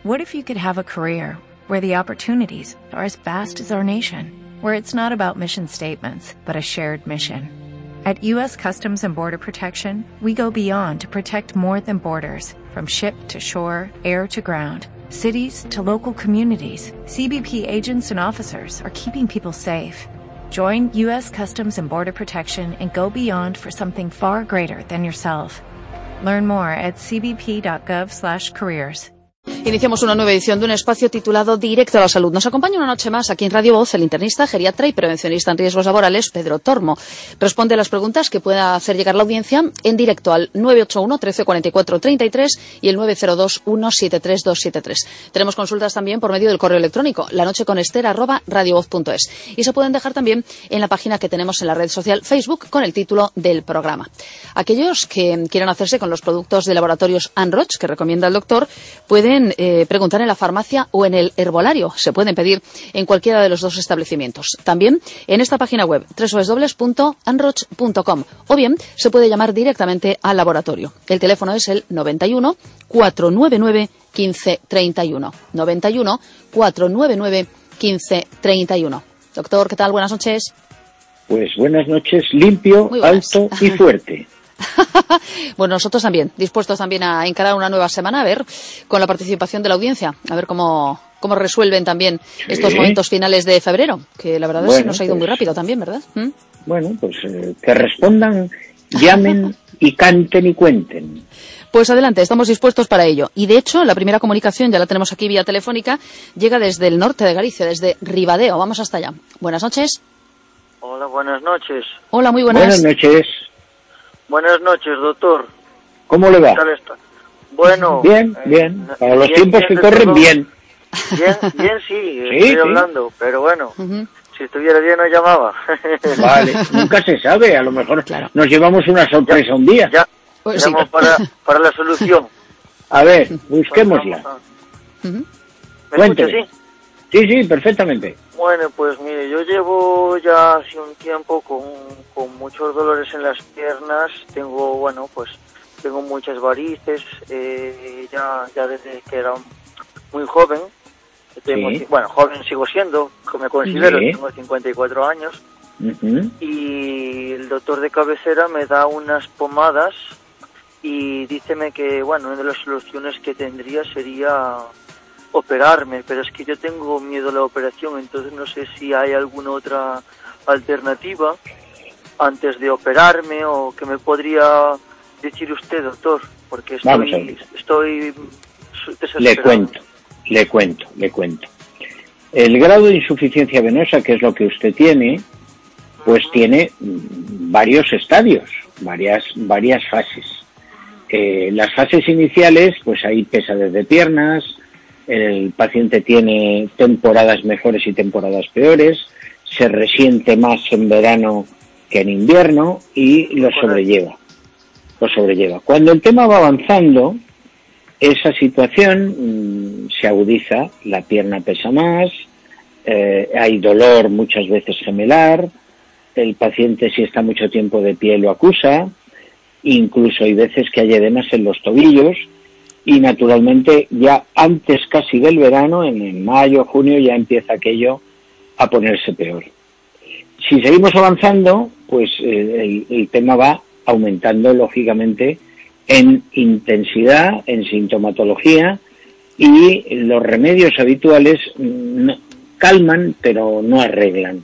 What if you could have a career where the opportunities are as vast as our nation, where it's not about mission statements, but a shared mission? At U.S. Customs and Border Protection, we go beyond to protect more than borders, from ship to shore, air to ground, cities to local communities. CBP agents and officers are keeping people safe. Join U.S. Customs and Border Protection and go beyond for something far greater than yourself. Learn more at cbp.gov/careers. Iniciamos una nueva edición de un espacio titulado Directo a la Salud. Nos acompaña una noche más aquí en Radio Voz el internista, geriatra y prevencionista en riesgos laborales, Pedro Tormo. Responde a las preguntas que pueda hacer llegar la audiencia en directo al 981 13 44 33 y el 902 173 273. Tenemos consultas también por medio del correo electrónico, lanocheconester@radiovoz.es. Y se pueden dejar también en la página que tenemos en la red social Facebook con el título del programa. Aquellos que quieran hacerse con los productos de laboratorios Anroch, que recomienda el doctor, pueden preguntar en la farmacia o en el herbolario. Se pueden pedir en cualquiera de los dos establecimientos. También en esta página web www.anroch.com, o bien se puede llamar directamente al laboratorio. El teléfono es el 91 499 1531. 91 499 1531. Doctor, ¿qué tal? Buenas noches. Pues buenas noches, limpio, alto y fuerte. Bueno, nosotros también, dispuestos también a encarar una nueva semana, a ver, con la participación de la audiencia, a ver cómo resuelven también estos momentos finales de febrero, que la verdad es que nos ha ido muy rápido también, ¿verdad? Bueno, pues que respondan, llamen y canten y cuenten. Pues adelante, estamos dispuestos para ello. Y de hecho, la primera comunicación, ya la tenemos aquí vía telefónica, llega desde el norte de Galicia, desde Ribadeo. Vamos hasta allá. Buenas noches. Hola, buenas noches. Hola, muy buenas. Buenas noches. Buenas noches, doctor. ¿Cómo le va? ¿Qué tal está? Bueno. Bien. Para los tiempos que corren, bien. Bien, sí, estoy hablando, pero bueno, si estuviera bien no llamaba. Vale, nunca se sabe, a lo mejor nos llevamos una sorpresa un día. Pues llamo para la solución. A ver, busquémosla. ¿Me escucha, sí? Sí, perfectamente. Bueno, pues mire, yo llevo ya hace un tiempo con muchos dolores en las piernas. Tengo muchas varices, ya desde que era muy joven. Joven sigo siendo, me considero, tengo 54 años. Y el doctor de cabecera me da unas pomadas y díceme que, una de las soluciones que tendría sería operarme, pero es que yo tengo miedo a la operación, entonces no sé si hay alguna otra alternativa antes de operarme, o que me podría decir usted, doctor, porque estoy desesperado. Le cuento. El grado de insuficiencia venosa, que es lo que usted tiene, pues tiene varios estadios, varias fases. Las fases iniciales, pues hay pesadez de piernas, el paciente tiene temporadas mejores y temporadas peores, se resiente más en verano que en invierno y lo sobrelleva. Cuando el tema va avanzando, esa situación se agudiza, la pierna pesa más, hay dolor muchas veces gemelar, el paciente si está mucho tiempo de pie lo acusa, incluso hay veces que hay edemas en los tobillos, y naturalmente ya antes casi del verano, en mayo, junio, ya empieza aquello a ponerse peor. Si seguimos avanzando, pues el tema va aumentando lógicamente en intensidad, en sintomatología, y los remedios habituales calman pero no arreglan.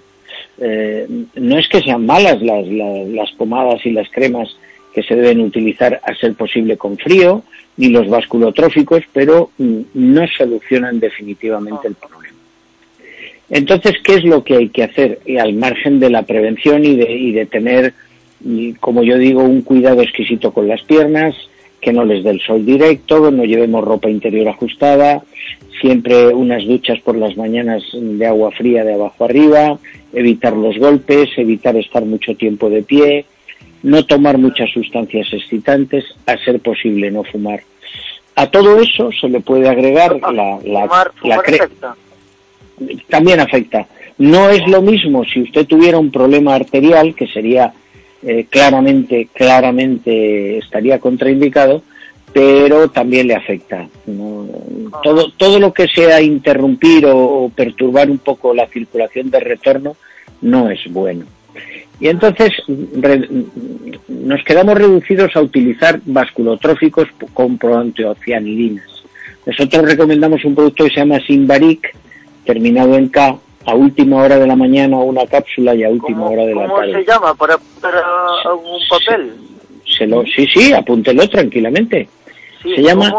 No es que sean malas las pomadas y las cremas que se deben utilizar a ser posible con frío, ni los vasculotróficos, pero no solucionan definitivamente el problema. Entonces, ¿qué es lo que hay que hacer? Al margen de la prevención y de tener, como yo digo, un cuidado exquisito con las piernas, que no les dé el sol directo, no llevemos ropa interior ajustada, siempre unas duchas por las mañanas de agua fría de abajo arriba, evitar los golpes, evitar estar mucho tiempo de pie, no tomar muchas sustancias excitantes, a ser posible no fumar. A todo eso se le puede agregar ¿Fumar afecta? También afecta. No es lo mismo si usted tuviera un problema arterial, que sería claramente estaría contraindicado, pero también le afecta, ¿no? Todo lo que sea interrumpir o perturbar un poco la circulación de retorno no es bueno. Y entonces nos quedamos reducidos a utilizar vasculotróficos con proantiocianidinas. Nosotros recomendamos un producto que se llama Simbaric, terminado en K, a última hora de la mañana una cápsula y a última hora de la tarde. ¿Cómo se llama? ¿Para algún papel? Sí, apúntelo tranquilamente. Sí, se llama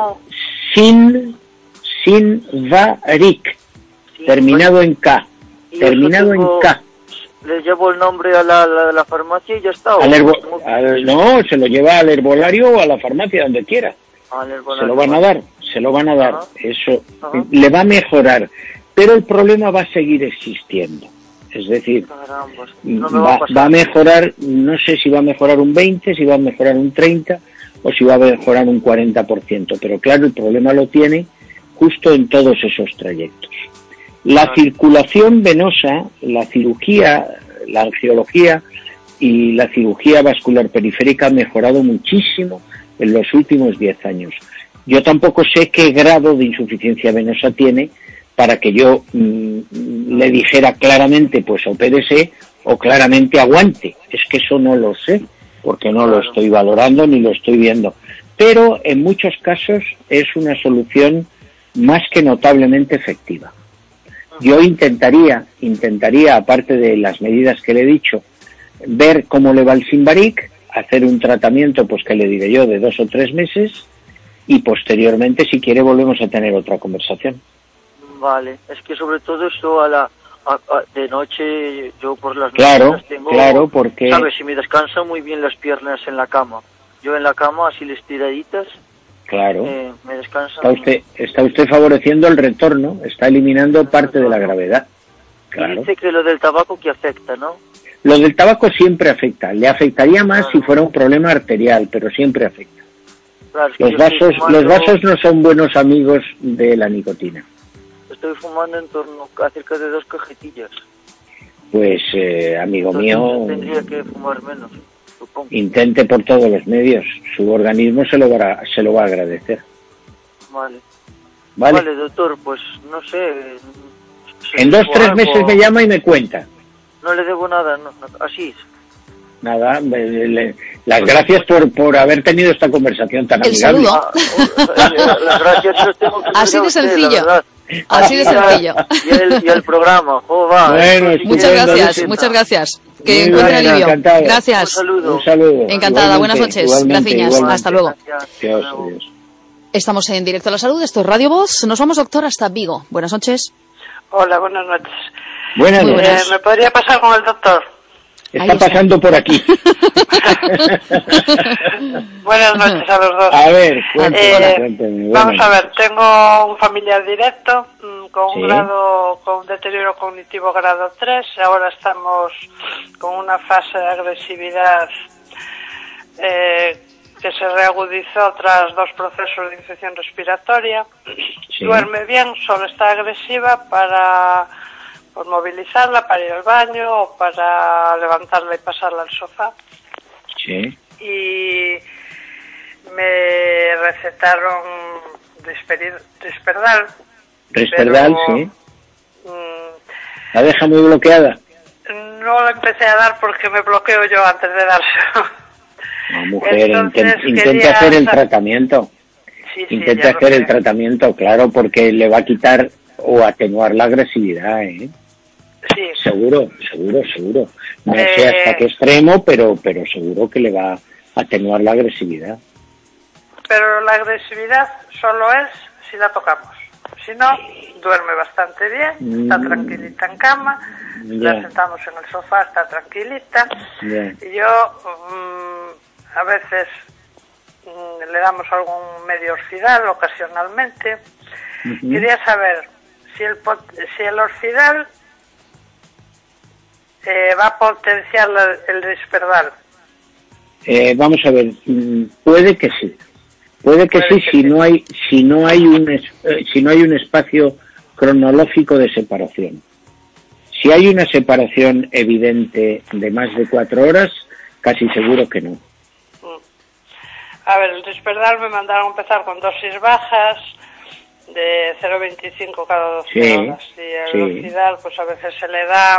Sinvaric, terminado en K. Terminado en K. ¿Le llevo el nombre a la farmacia y ya está? No, se lo lleva al herbolario o a la farmacia, donde quiera. Se lo van a dar. Ajá. Eso le va a mejorar, pero el problema va a seguir existiendo. Es decir, va a mejorar, no sé si va a mejorar un 20, si va a mejorar un 30 o si va a mejorar un 40%, pero claro, el problema lo tiene justo en todos esos trayectos. La circulación venosa, la cirugía, la angiología y la cirugía vascular periférica han mejorado muchísimo en los últimos 10 años. Yo tampoco sé qué grado de insuficiencia venosa tiene para que yo le dijera claramente, pues opérese o claramente aguante. Es que eso no lo sé, porque no lo estoy valorando ni lo estoy viendo. Pero en muchos casos es una solución más que notablemente efectiva. Yo intentaría, aparte de las medidas que le he dicho, ver cómo le va el Simbaric, hacer un tratamiento, pues que le diré yo, de 2 o 3 meses, y posteriormente, si quiere, volvemos a tener otra conversación. Vale, es que sobre todo esto de noche, yo por las noches tengo... Claro, porque... ¿Sabes? Si me descansan muy bien las piernas en la cama. Yo en la cama, así les tiraditas... Claro. Me descansan... Está usted favoreciendo el retorno, está eliminando parte de la gravedad. Claro. Y dice que lo del tabaco que afecta, ¿no? Lo del tabaco siempre afecta. Le afectaría más si fuera un problema arterial, pero siempre afecta. Claro, es que los vasos no son buenos amigos de la nicotina. Estoy fumando en torno a cerca de 2 cajetillas. Pues, amigo mío... Tendría que fumar menos, supongo. Intente por todos los medios. Su organismo se lo va a agradecer. Vale, doctor, pues no sé... En 2 o 3 meses me llama y me cuenta. No le debo nada, no, así es. Nada, las gracias por haber tenido esta conversación tan amigable. Las gracias los tengo que así de sencillo. Así de sencillo. Y el programa. Bueno, muchas gracias. Que encuentre alivio. Gracias. Un saludo. Encantada. Buenas noches. Gracias. Hasta luego. Adiós. Estamos en Directo a la Salud. Esto es Radio Voz. Nos vamos, doctor, hasta Vigo. Buenas noches. Hola, buenas noches. Buenas noches. ¿Me podría pasar con el doctor? Está pasando por aquí. Buenas noches a los dos. A ver, cuénteme. Vamos a ver, tengo un familiar directo con un deterioro cognitivo grado 3. Ahora estamos con una fase de agresividad que se reagudizó tras 2 procesos de infección respiratoria. Duerme bien, solo está agresiva por movilizarla, para ir al baño o para levantarla y pasarla al sofá. Sí. Y me recetaron Risperdal. Risperdal, sí. ¿La deja muy bloqueada? No la empecé a dar porque me bloqueo yo antes de dárselo. No, mujer, intente hacer el tratamiento. Intente hacer el tratamiento, claro, porque le va a quitar o atenuar la agresividad, ¿eh? Sí. Seguro. No sé hasta qué extremo, pero seguro que le va a atenuar la agresividad. Pero la agresividad solo es si la tocamos. Si no, duerme bastante bien, está tranquilita en cama, la sentamos en el sofá, está tranquilita. Y yo a veces le damos algún medio orfidal ocasionalmente. Quería saber si el orfidal va a potenciar el Risperdal. Vamos a ver, puede que sí. Puede que sí, si no hay un espacio cronológico de separación. Si hay una separación evidente de más de 4 horas, casi seguro que no. A ver, el Risperdal me mandaron empezar con dosis bajas de 0,25 cada 12 horas. Y el Oxidal, pues a veces se le da,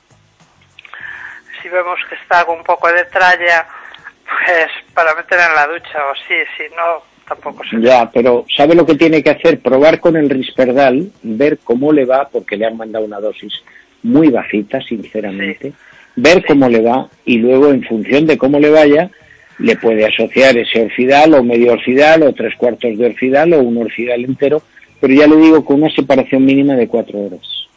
si vemos que está con un poco de tralla, pues para meter en la ducha, o sí, si no, tampoco se... Ya, pero ¿sabe lo que tiene que hacer? Probar con el Risperdal, ver cómo le va, porque le han mandado una dosis muy bajita, sinceramente, ver cómo le va, y luego, en función de cómo le vaya, le puede asociar ese Orfidal, o medio Orfidal, o 3/4 de Orfidal, o un Orfidal entero, pero ya le digo, con una separación mínima de 4 horas.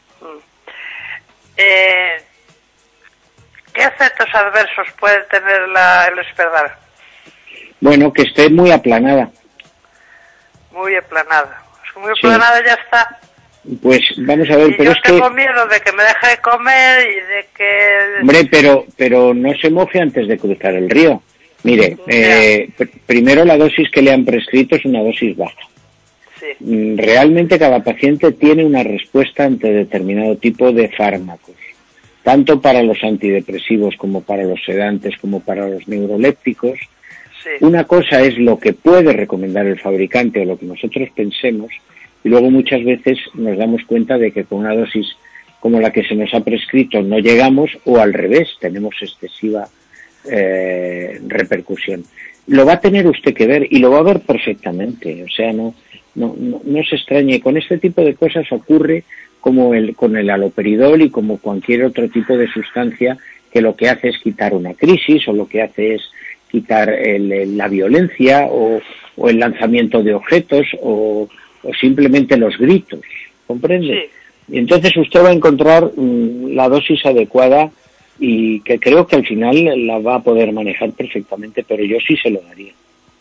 ¿Qué efectos adversos puede tener el Risperdal? Bueno, que esté muy aplanada. Muy aplanada. Es que muy aplanada ya está. Pues vamos a ver, y pero yo tengo miedo de que me deje de comer y de que... Hombre, pero no se moje antes de cruzar el río. Mire, primero la dosis que le han prescrito es una dosis baja. Sí. Realmente cada paciente tiene una respuesta ante determinado tipo de fármacos, tanto para los antidepresivos como para los sedantes como para los neurolépticos. Sí. Una cosa es lo que puede recomendar el fabricante o lo que nosotros pensemos, y luego muchas veces nos damos cuenta de que con una dosis como la que se nos ha prescrito no llegamos, o al revés, tenemos excesiva repercusión. Lo va a tener usted que ver, y lo va a ver perfectamente. O sea, no se extrañe. Con este tipo de cosas ocurre como con el haloperidol y como cualquier otro tipo de sustancia que lo que hace es quitar una crisis, o lo que hace es quitar la violencia, o el lanzamiento de objetos, o simplemente los gritos, ¿comprende? Sí. Y entonces usted va a encontrar la dosis adecuada, y que creo que al final la va a poder manejar perfectamente, pero yo sí se lo daría.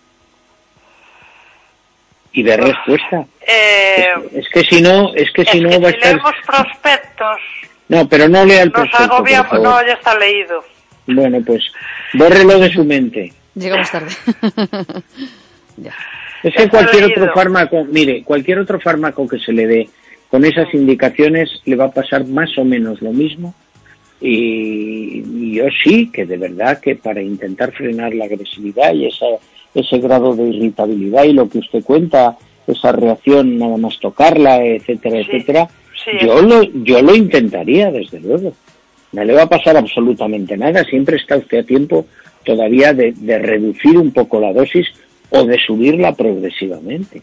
Y ver respuesta. Es que si no va a estar... leemos prospectos... No, pero no lea el prospecto, nos agobia, pues no, ya está leído. Bueno, pues bórrelo de su mente. Llegamos tarde. Ya. Es que cualquier otro fármaco que se le dé con esas indicaciones le va a pasar más o menos lo mismo, y yo sí que de verdad que para intentar frenar la agresividad y ese grado de irritabilidad y lo que usted cuenta, esa reacción nada más tocarla, etcétera, etcétera, yo lo intentaría, desde luego. No le va a pasar absolutamente nada, siempre está usted a tiempo todavía de reducir un poco la dosis o de subirla progresivamente.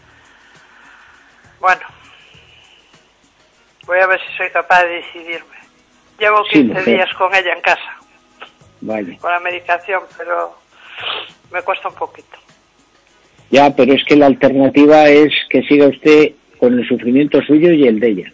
Bueno, voy a ver si soy capaz de decidirme. Llevo 15 días con ella en casa. Vale. Con la medicación, pero me cuesta un poquito. Ya, pero es que la alternativa es que siga usted con el sufrimiento suyo y el de ella.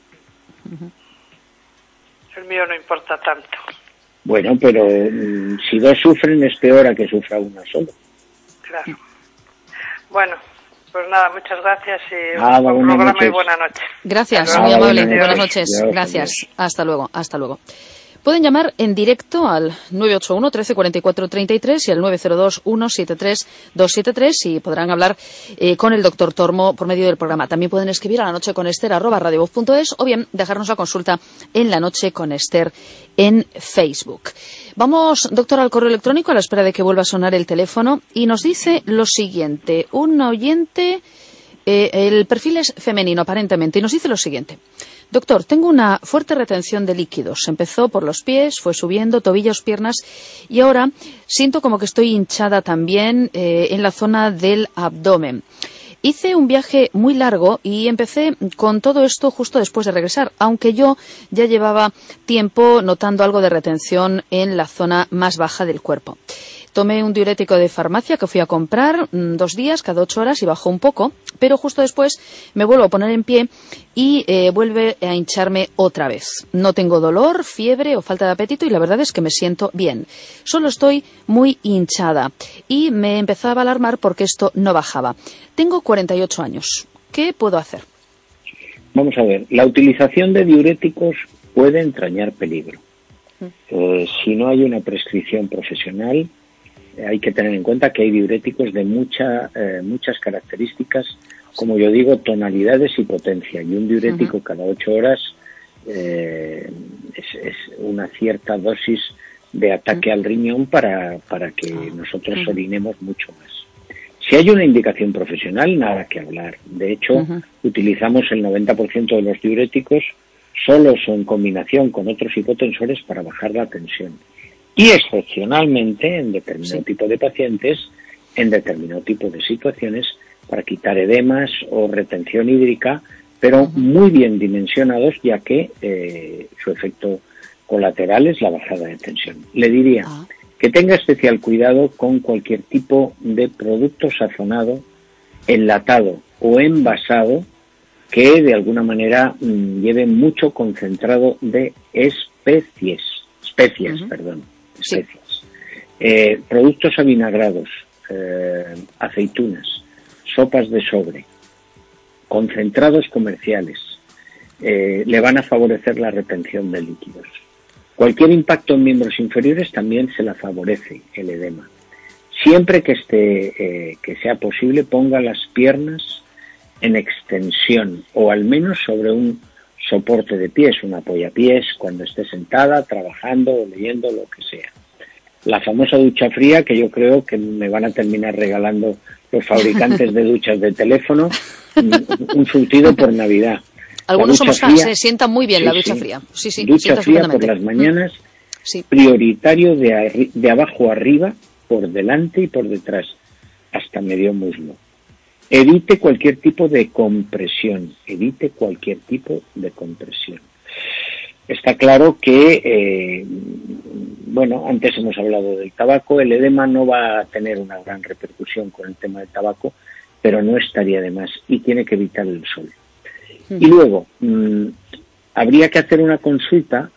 El mío no importa tanto. Bueno, pero si dos sufren es peor a que sufra uno solo. Claro. Bueno, pues nada, muchas gracias y un buen programa y buena noche. Gracias, muy amable. Buenas noches. Gracias. Hasta luego. Hasta luego. Pueden llamar en directo al 981 13 44 33 y al 902 173 273 y podrán hablar con el doctor Tormo por medio del programa. También pueden escribir a lanocheconester@radiovoz.es o bien dejarnos la consulta en La Noche con Ester en Facebook. Vamos, doctor, al correo electrónico a la espera de que vuelva a sonar el teléfono, y nos dice lo siguiente. Un oyente, el perfil es femenino aparentemente, y nos dice lo siguiente. Doctor, tengo una fuerte retención de líquidos. Empezó por los pies, fue subiendo, tobillos, piernas, y ahora siento como que estoy hinchada también en la zona del abdomen. Hice un viaje muy largo y empecé con todo esto justo después de regresar, aunque yo ya llevaba tiempo notando algo de retención en la zona más baja del cuerpo. Tomé un diurético de farmacia que fui a comprar 2 días, cada 8 horas, y bajó un poco, pero justo después me vuelvo a poner en pie y vuelve a hincharme otra vez. No tengo dolor, fiebre o falta de apetito, y la verdad es que me siento bien. Solo estoy muy hinchada y me empezaba a alarmar porque esto no bajaba. Tengo 48 años. ¿Qué puedo hacer? Vamos a ver, la utilización de diuréticos puede entrañar peligro. Si no hay una prescripción profesional, hay que tener en cuenta que hay diuréticos de muchas características, como yo digo, tonalidades y potencia, y un diurético cada 8 horas es una cierta dosis de ataque al riñón para que nosotros orinemos mucho más. Si hay una indicación profesional, nada que hablar. De hecho, utilizamos el 90% de los diuréticos solos o en combinación con otros hipotensores para bajar la tensión. Y excepcionalmente, en determinado tipo de pacientes, en determinado tipo de situaciones, para quitar edemas o retención hídrica, pero muy bien dimensionados, ya que su efecto colateral es la bajada de tensión. Le diría que tenga especial cuidado con cualquier tipo de producto sazonado, enlatado o envasado que de alguna manera lleve mucho concentrado de especias. Productos avinagrados, aceitunas, sopas de sobre, concentrados comerciales, le van a favorecer la retención de líquidos. Cualquier impacto en miembros inferiores también se la favorece el edema. Siempre que sea posible, ponga las piernas en extensión o al menos sobre un soporte de pies, un apoyapiés, cuando esté sentada, trabajando o leyendo, lo que sea. La famosa ducha fría, que yo creo que me van a terminar regalando los fabricantes de duchas de teléfono, un surtido por Navidad. Algunos somos fans, se sienta muy bien la ducha fría. Sí, ducha fría por las mañanas, prioritario de abajo arriba, por delante y por detrás, hasta medio muslo. Evite cualquier tipo de compresión, Está claro que, antes hemos hablado del tabaco, el edema no va a tener una gran repercusión con el tema del tabaco, pero no estaría de más y tiene que evitar el sol. Y luego, habría que hacer una consulta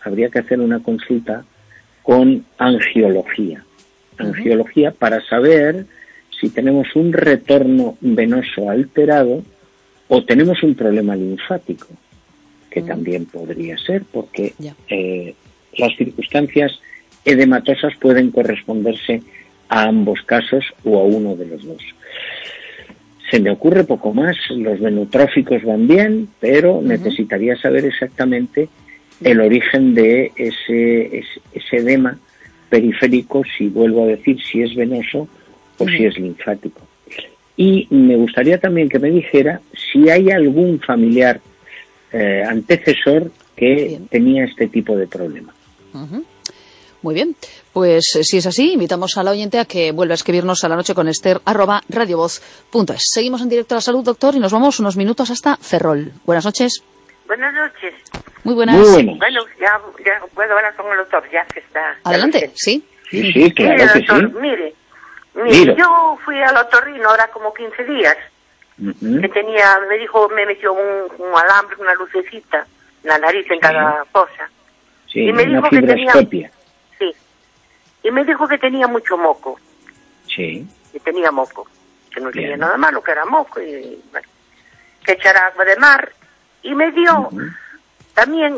con angiología para saber si tenemos un retorno venoso alterado o tenemos un problema linfático, que también podría ser, porque las circunstancias edematosas pueden corresponderse a ambos casos o a uno de los dos. Se me ocurre poco más, los venotróficos van bien, pero necesitaría saber exactamente el origen de ese edema periférico, si vuelvo a decir, si es venoso o si es linfático. Y me gustaría también que me dijera si hay algún familiar antecesor que tenía este tipo de problema. Muy bien, pues si es así, invitamos a la oyente a que vuelva a escribirnos a la noche con ester@radiovoz.es. Seguimos en directo a la salud, doctor, y nos vamos unos minutos hasta Ferrol. Buenas noches. Buenas noches. Muy buenas. Bueno, ya puedo hablar con el doctor, ya que está. Adelante, sí. Sí, claro que doctor, sí. Mire, yo fui al otorrino ahora como 15 días, que me metió un alambre, una lucecita, la nariz en cada cosa. Sí, y me una dijo que fibroscopia. Y me dijo que tenía mucho moco. Sí. Que tenía moco. Que no tenía nada malo, que era moco. Y bueno, que echara agua de mar. Y me dio también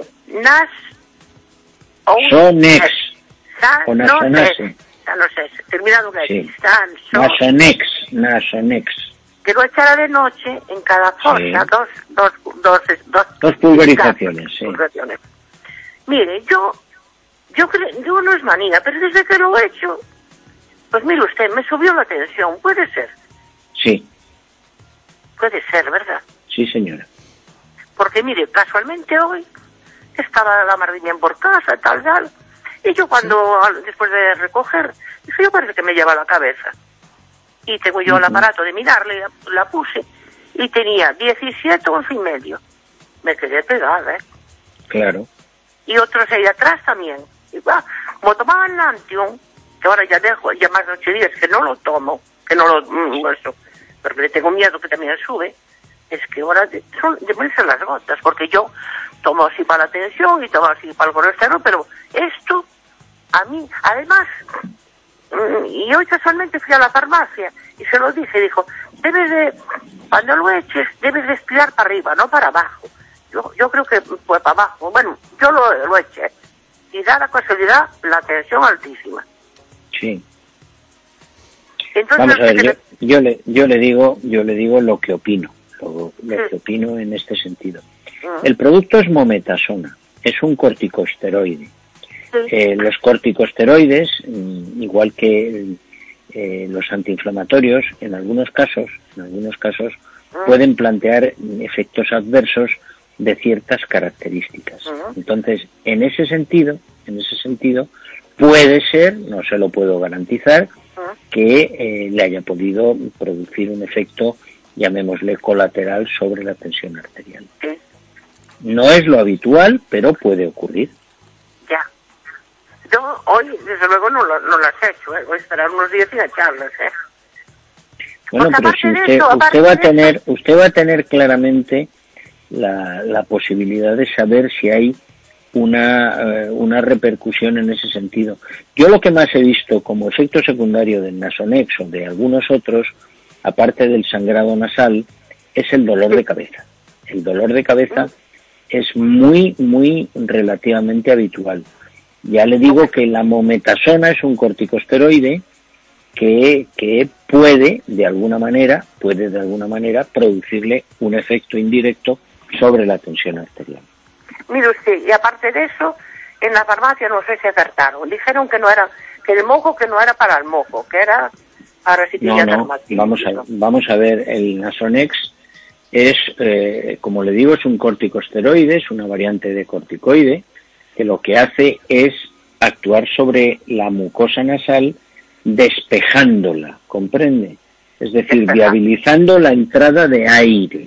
Sonex. O Nasonase. Terminado en sí. Nasonex. Que lo echara de noche en cada fosa. Dos pulverizaciones. Sí. Mire, yo no es manía, pero desde que lo he hecho, pues mire usted, me subió la tensión. ¿Puede ser? Sí. Puede ser, ¿verdad? Sí, señora. Porque mire, casualmente hoy estaba la mar bien por casa, tal, y yo después de recoger, dije, yo parece que me lleva la cabeza. Y tengo yo el aparato de mirarle, la puse, y tenía 17, 11,5. Me quedé pegada, Claro. Y otros ahí atrás también. Y como tomaba el Lantium, que ahora ya más de 8 días que no lo tomo, porque le tengo miedo que también sube, es que ahora son de ponerse las gotas, porque yo tomo así para la tensión y tomo así para el colesterol, pero esto, a mí, además, y hoy casualmente fui a la farmacia y se lo dije, dijo, cuando lo eches, debes de estirar para arriba, no para abajo. Yo creo que fue para abajo. Bueno, yo lo eché. Y da la casualidad, la tensión altísima. Sí. Entonces, vamos a ver, yo le digo lo que opino. Lo que opino en este sentido. El producto es mometasona. Es un corticosteroide. Los corticosteroides, igual que los antiinflamatorios, en algunos casos, pueden plantear efectos adversos de ciertas características. Entonces, en ese sentido, puede ser, no se lo puedo garantizar, que le haya podido producir un efecto, llamémosle colateral, sobre la tensión arterial. No es lo habitual, pero puede ocurrir. Ya. Yo hoy, desde luego, no las he hecho, voy a esperar unos días y echarlas, Bueno, pues pero si usted va a tener claramente la posibilidad de saber si hay una repercusión en ese sentido. Yo lo que más he visto como efecto secundario del Nasonex o de algunos otros, aparte del sangrado nasal, es el dolor de cabeza. El dolor de cabeza es muy, muy relativamente habitual. Ya le digo que la mometasona es un corticosteroide que puede de alguna manera producirle un efecto indirecto sobre la tensión arterial. Mire usted, y aparte de eso, en la farmacia no sé si acertaron. Dijeron que no era, que el moco que no era para el moco, que era para resistencia dermatítica. Vamos a ver, el Nasonex es, como le digo, es un corticosteroide, es una variante de corticoide, que lo que hace es actuar sobre la mucosa nasal despejándola, ¿comprende? Es decir, viabilizando la entrada de aire,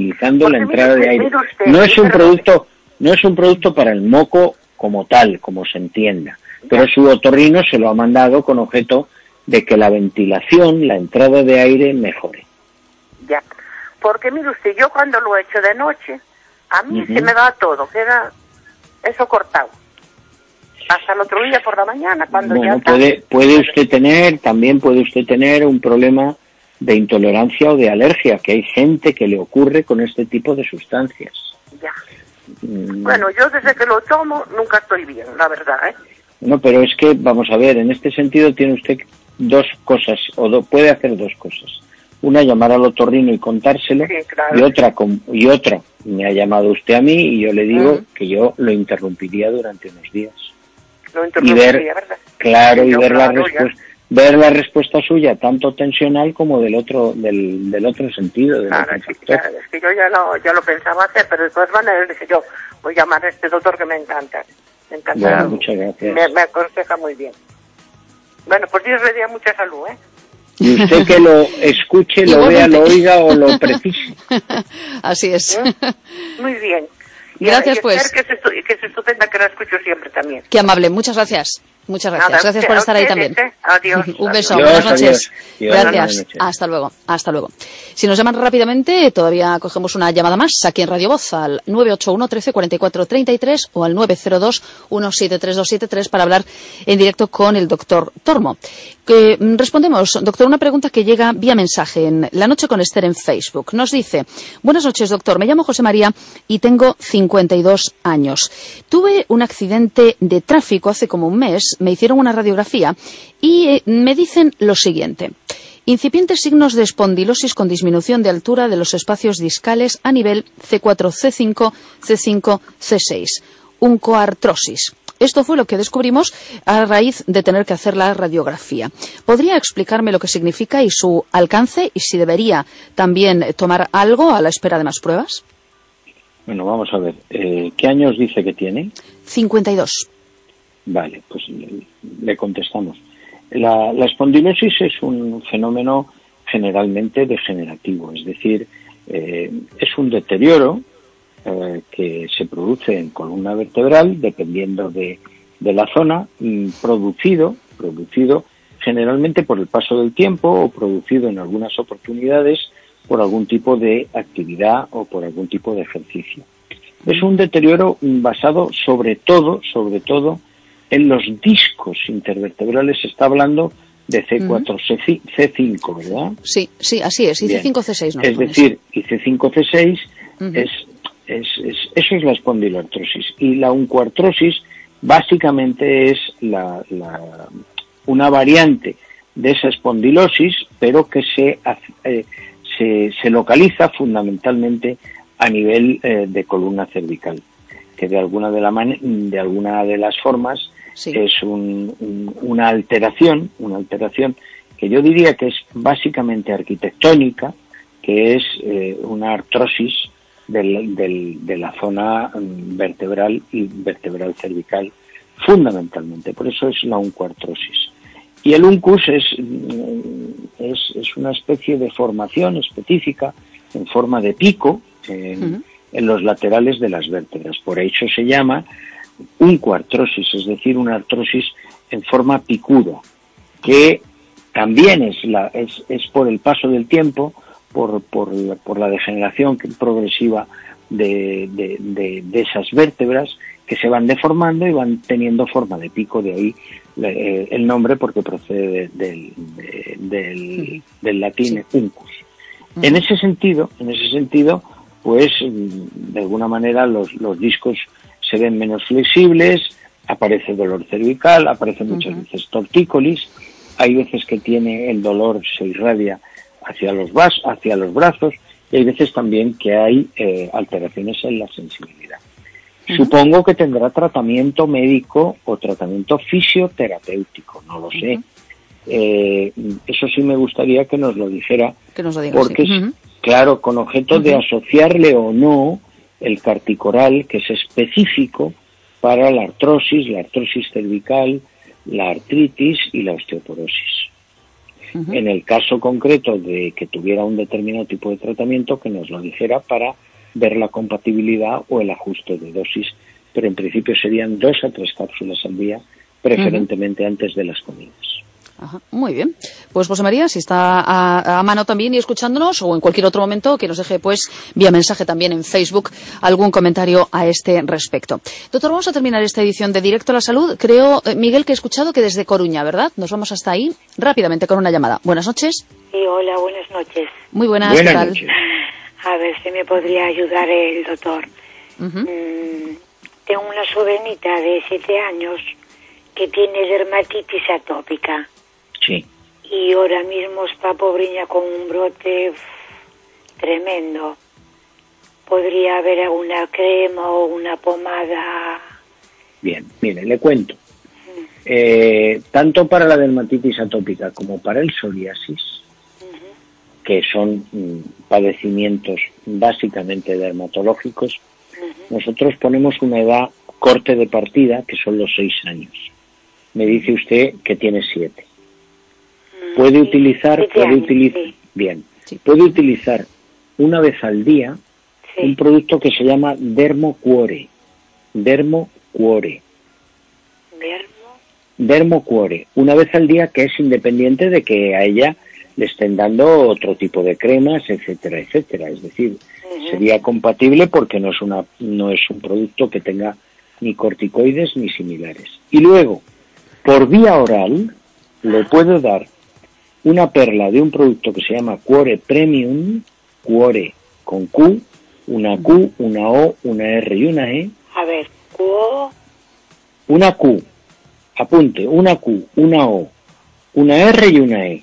No es un producto para el moco como tal, como se entienda, pero su otorrino se lo ha mandado con objeto de que la ventilación, la entrada de aire mejore. Ya, porque mire usted, yo cuando lo he hecho de noche, a mí se me va todo, queda eso cortado. Hasta el otro día por la mañana, cuando ya puede usted tener un problema de intolerancia o de alergia, que hay gente que le ocurre con este tipo de sustancias. Ya. Bueno, yo desde que lo tomo nunca estoy bien, la verdad, No, pero es que, vamos a ver, en este sentido tiene usted dos cosas, puede hacer dos cosas. Una, llamar al otorrino y contárselo, sí, claro. y otra, me ha llamado usted a mí y yo le digo que yo lo interrumpiría durante unos días. Y ver, ¿verdad? Claro, y ver la respuesta suya, tanto tensional como del otro sentido. Claro, sí, claro, es que yo ya lo pensaba hacer, pero de todas maneras dije yo, voy a llamar a este doctor que me encanta. Bueno, muchas gracias. Me aconseja muy bien. Bueno, pues Dios le dé mucha salud, Y usted que lo escuche, lo vea, lo oiga o lo precise. Así es. Muy bien. Gracias, pues. Que es estupenda, que la escucho siempre también. Qué amable, muchas gracias. Muchas gracias. Nada, gracias por estar ahí también. Adiós. Un beso, adiós, buenas noches. Adiós. Gracias. Buenas noches. Hasta luego. Hasta luego. Si nos llaman rápidamente, todavía cogemos una llamada más aquí en Radio Voz al 981 13 44 33 o al 902 173273 para hablar en directo con el doctor Tormo. Respondemos, doctor, una pregunta que llega vía mensaje en La Noche con Esther en Facebook. Nos dice: buenas noches, doctor. Me llamo José María y tengo 52 años. Tuve un accidente de tráfico hace como un mes. Me hicieron una radiografía y me dicen lo siguiente: incipientes signos de espondilosis con disminución de altura de los espacios discales a nivel C4, C5, C5, C6. Uncoartrosis. Esto fue lo que descubrimos a raíz de tener que hacer la radiografía. ¿Podría explicarme lo que significa y su alcance y si debería también tomar algo a la espera de más pruebas? Bueno, vamos a ver. ¿Qué años dice que tiene? 52. Vale, pues le contestamos. La espondilosis es un fenómeno generalmente degenerativo, es decir, es un deterioro que se produce en columna vertebral, dependiendo de la zona, producido generalmente por el paso del tiempo o producido en algunas oportunidades por algún tipo de actividad o por algún tipo de ejercicio. Es un deterioro basado sobre todo en los discos intervertebrales. Se está hablando de C4, C5, ¿verdad? Sí, así es, y Bien. C5, C6 no. Es decir, y C5, C6 eso es la espondiloartrosis. Y la uncoartrosis básicamente es una variante de esa espondilosis, pero que se localiza fundamentalmente a nivel de columna cervical, que de alguna de las formas sí. Es una alteración que yo diría que es básicamente arquitectónica, que es una artrosis de la zona vertebral y vertebral cervical, fundamentalmente. Por eso es la uncoartrosis. Y el uncus es una especie de formación específica en forma de pico en los laterales de las vértebras. Por eso se llama uncoartrosis, es decir, una artrosis en forma picuda, que también es por el paso del tiempo, por la degeneración progresiva de esas vértebras, que se van deformando y van teniendo forma de pico, de ahí el nombre, porque procede del latín uncus. En ese sentido, pues de alguna manera los discos se ven menos flexibles, aparece dolor cervical, aparece muchas veces tortícolis, hay veces que el dolor se irradia hacia los brazos, y hay veces también que hay alteraciones en la sensibilidad. Supongo que tendrá tratamiento médico o tratamiento fisioterapéutico, no lo sé. Eso sí me gustaría que nos lo dijera, porque claro, con objeto de asociarle o no el carticoral, que es específico para la artrosis cervical, la artritis y la osteoporosis. En el caso concreto de que tuviera un determinado tipo de tratamiento, que nos lo dijera para ver la compatibilidad o el ajuste de dosis, pero en principio serían 2 a 3 cápsulas al día, preferentemente antes de las comidas. Ajá, muy bien. Pues José María, si está a mano también y escuchándonos, o en cualquier otro momento, que nos deje pues vía mensaje también en Facebook algún comentario a este respecto. Doctor, vamos a terminar esta edición de Directo a la Salud. Creo, Miguel, que he escuchado que desde Coruña, ¿verdad? Nos vamos hasta ahí rápidamente con una llamada. Buenas noches. Sí, hola, buenas noches. Muy buenas, ¿qué tal? Noches. A ver si me podría ayudar el doctor. Tengo una sobrinita de 7 años que tiene dermatitis atópica. Sí. Y ahora mismo está pobriña con un brote tremendo. ¿Podría haber alguna crema o una pomada? Bien, mire, le cuento. Tanto para la dermatitis atópica como para el psoriasis, que son padecimientos básicamente dermatológicos, nosotros ponemos una edad corte de partida, que son los 6 años. Me dice usted que tiene 7. Puede utilizar, bien, puede utilizar una vez al día un producto que se llama Dermocuore. Dermocuore, una vez al día, que es independiente de que a ella le estén dando otro tipo de cremas, etcétera, etcétera. Es decir, sería compatible porque no es un producto que tenga ni corticoides ni similares. Y luego, por vía oral, le puedo dar una perla de un producto que se llama Cuore Premium, Cuore con Q, una Q, una O, una R y una E. A ver, una Q, apunte, una Q, una O, una R y una E.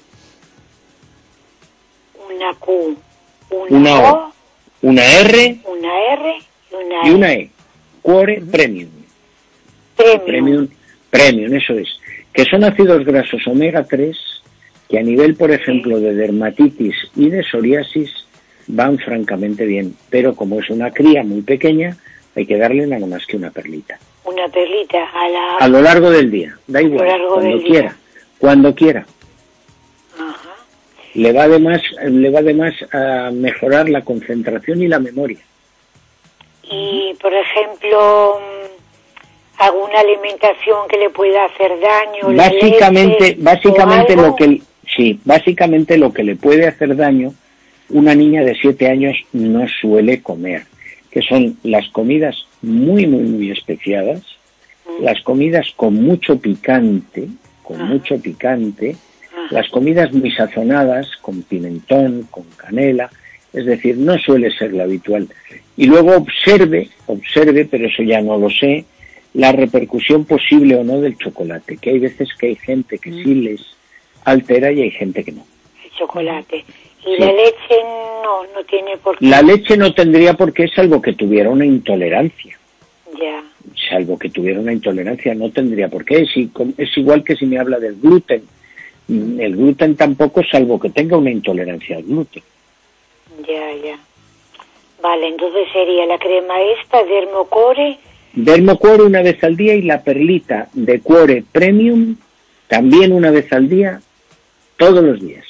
Una Q, una O, una R, y una E. Cuore Premium. Premium, eso es. Que son ácidos grasos omega 3 que a nivel, por ejemplo, de dermatitis y de psoriasis van francamente bien. Pero como es una cría muy pequeña, hay que darle nada más que una perlita. Una perlita a lo largo del día, da igual, cuando quiera. Ajá. Le va además a mejorar la concentración y la memoria. Y, por ejemplo, alguna alimentación que le pueda hacer daño. Básicamente lo que le puede hacer daño una niña de 7 años no suele comer, que son las comidas muy, muy, muy especiadas, las comidas con mucho picante, las comidas muy sazonadas, con pimentón, con canela, es decir, no suele ser lo habitual. Y luego observe, pero eso ya no lo sé, la repercusión posible o no del chocolate, que hay veces que hay gente que sí les altera y hay gente que no. El chocolate. ¿Y la leche no tiene por qué? La leche no tendría por qué, salvo que tuviera una intolerancia. Ya. Salvo que tuviera una intolerancia, no tendría por qué. Es igual que si me habla del gluten. El gluten tampoco, salvo que tenga una intolerancia al gluten. Ya. Vale, entonces sería la crema esta, Dermocore. Dermocore una vez al día y la perlita de Cuore Premium también una vez al día, todos los días.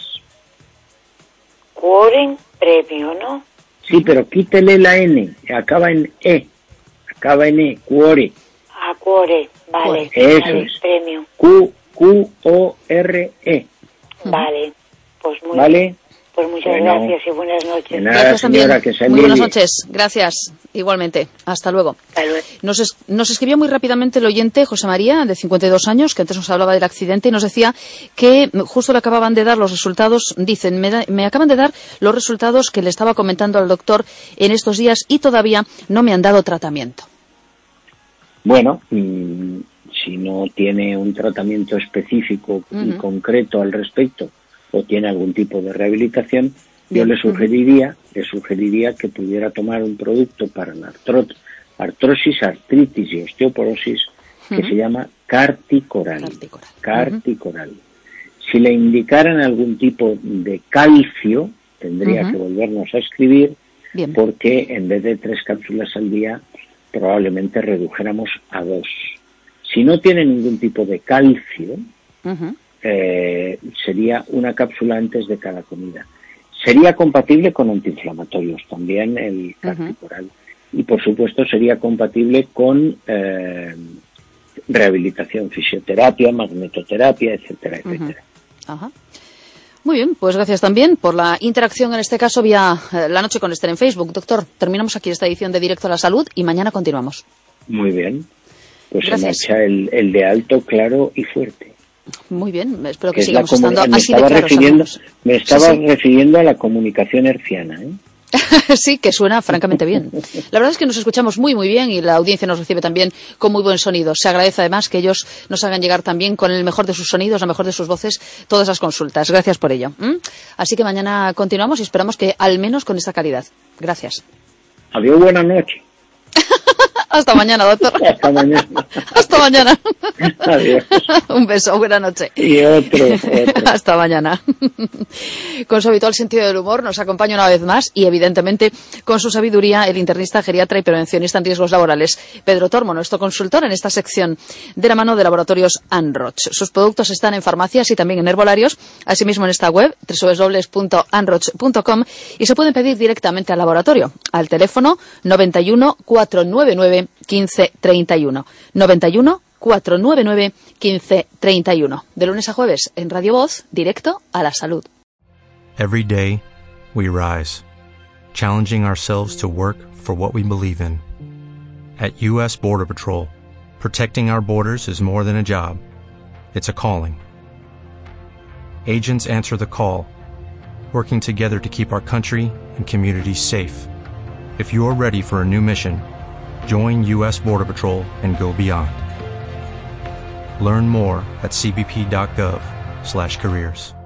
Cuore Premium, ¿no? Sí, pero quítele la N, acaba en E, Cuore. Ah, Cuore, vale. Eso vale, es. Premium. Q-O-R-E. Vale, pues muy ¿Vale? bien. Pues muchas gracias y buenas noches. De nada, Gracias señora, también. que se Muy buenas alivie. noches. Gracias. Igualmente. Hasta luego. Hasta luego. Nos escribió muy rápidamente el oyente José María, de 52 años, que antes nos hablaba del accidente, y nos decía que justo le acababan de dar los resultados. Dicen, me acaban de dar los resultados que le estaba comentando al doctor en estos días y todavía no me han dado tratamiento. Bueno, si no tiene un tratamiento específico y concreto al respecto o tiene algún tipo de rehabilitación, yo le sugeriría que pudiera tomar un producto para la artrosis, artritis y osteoporosis que se llama Carticoral. Si le indicaran algún tipo de calcio, tendría que volvernos a escribir, porque en vez de 3 cápsulas al día, probablemente redujéramos a 2. Si no tiene ningún tipo de calcio, sería una cápsula antes de cada comida. Sería compatible con antiinflamatorios también el Carticoral. Y por supuesto sería compatible con rehabilitación, fisioterapia, magnetoterapia, etcétera, etcétera. Ajá. Muy bien, pues gracias también por la interacción, en este caso vía La Noche con Esther en Facebook. Doctor, terminamos aquí esta edición de Directo a la Salud y mañana continuamos. Muy bien. Pues gracias. Se marcha el de alto, claro y fuerte. Muy bien, espero que Es sigamos estando así de claros. Me estaba refiriendo a la comunicación hertziana, ¿eh? Sí, que suena francamente bien. La verdad es que nos escuchamos muy, muy bien y la audiencia nos recibe también con muy buen sonido. Se agradece además que ellos nos hagan llegar también con el mejor de sus sonidos, la mejor de sus voces, todas las consultas. Gracias por ello. Así que mañana continuamos y esperamos que al menos con esta calidad. Gracias. Adiós, buenas noches. Hasta mañana, doctor. Hasta mañana. Hasta mañana. Adiós. Un beso, buena noche. Y otro. Hasta mañana. Con su habitual sentido del humor nos acompaña una vez más y evidentemente con su sabiduría el internista, geriatra y prevencionista en riesgos laborales Pedro Tormo, nuestro consultor en esta sección de la mano de Laboratorios Anroch. Sus productos están en farmacias y también en herbolarios, asimismo en esta web www.anroch.com, y se pueden pedir directamente al laboratorio al teléfono 91 499 1531 91 499 1531. De lunes a jueves en Radio Voz, directo a la salud. Every day we rise, challenging ourselves to work for what we believe in. At U.S. Border Patrol, protecting our borders is more than a job. It's a calling. Agents answer the call, working together to keep our country and communities safe. If you're ready for a new mission, join U.S. Border Patrol and go beyond. Learn more at cbp.gov/careers.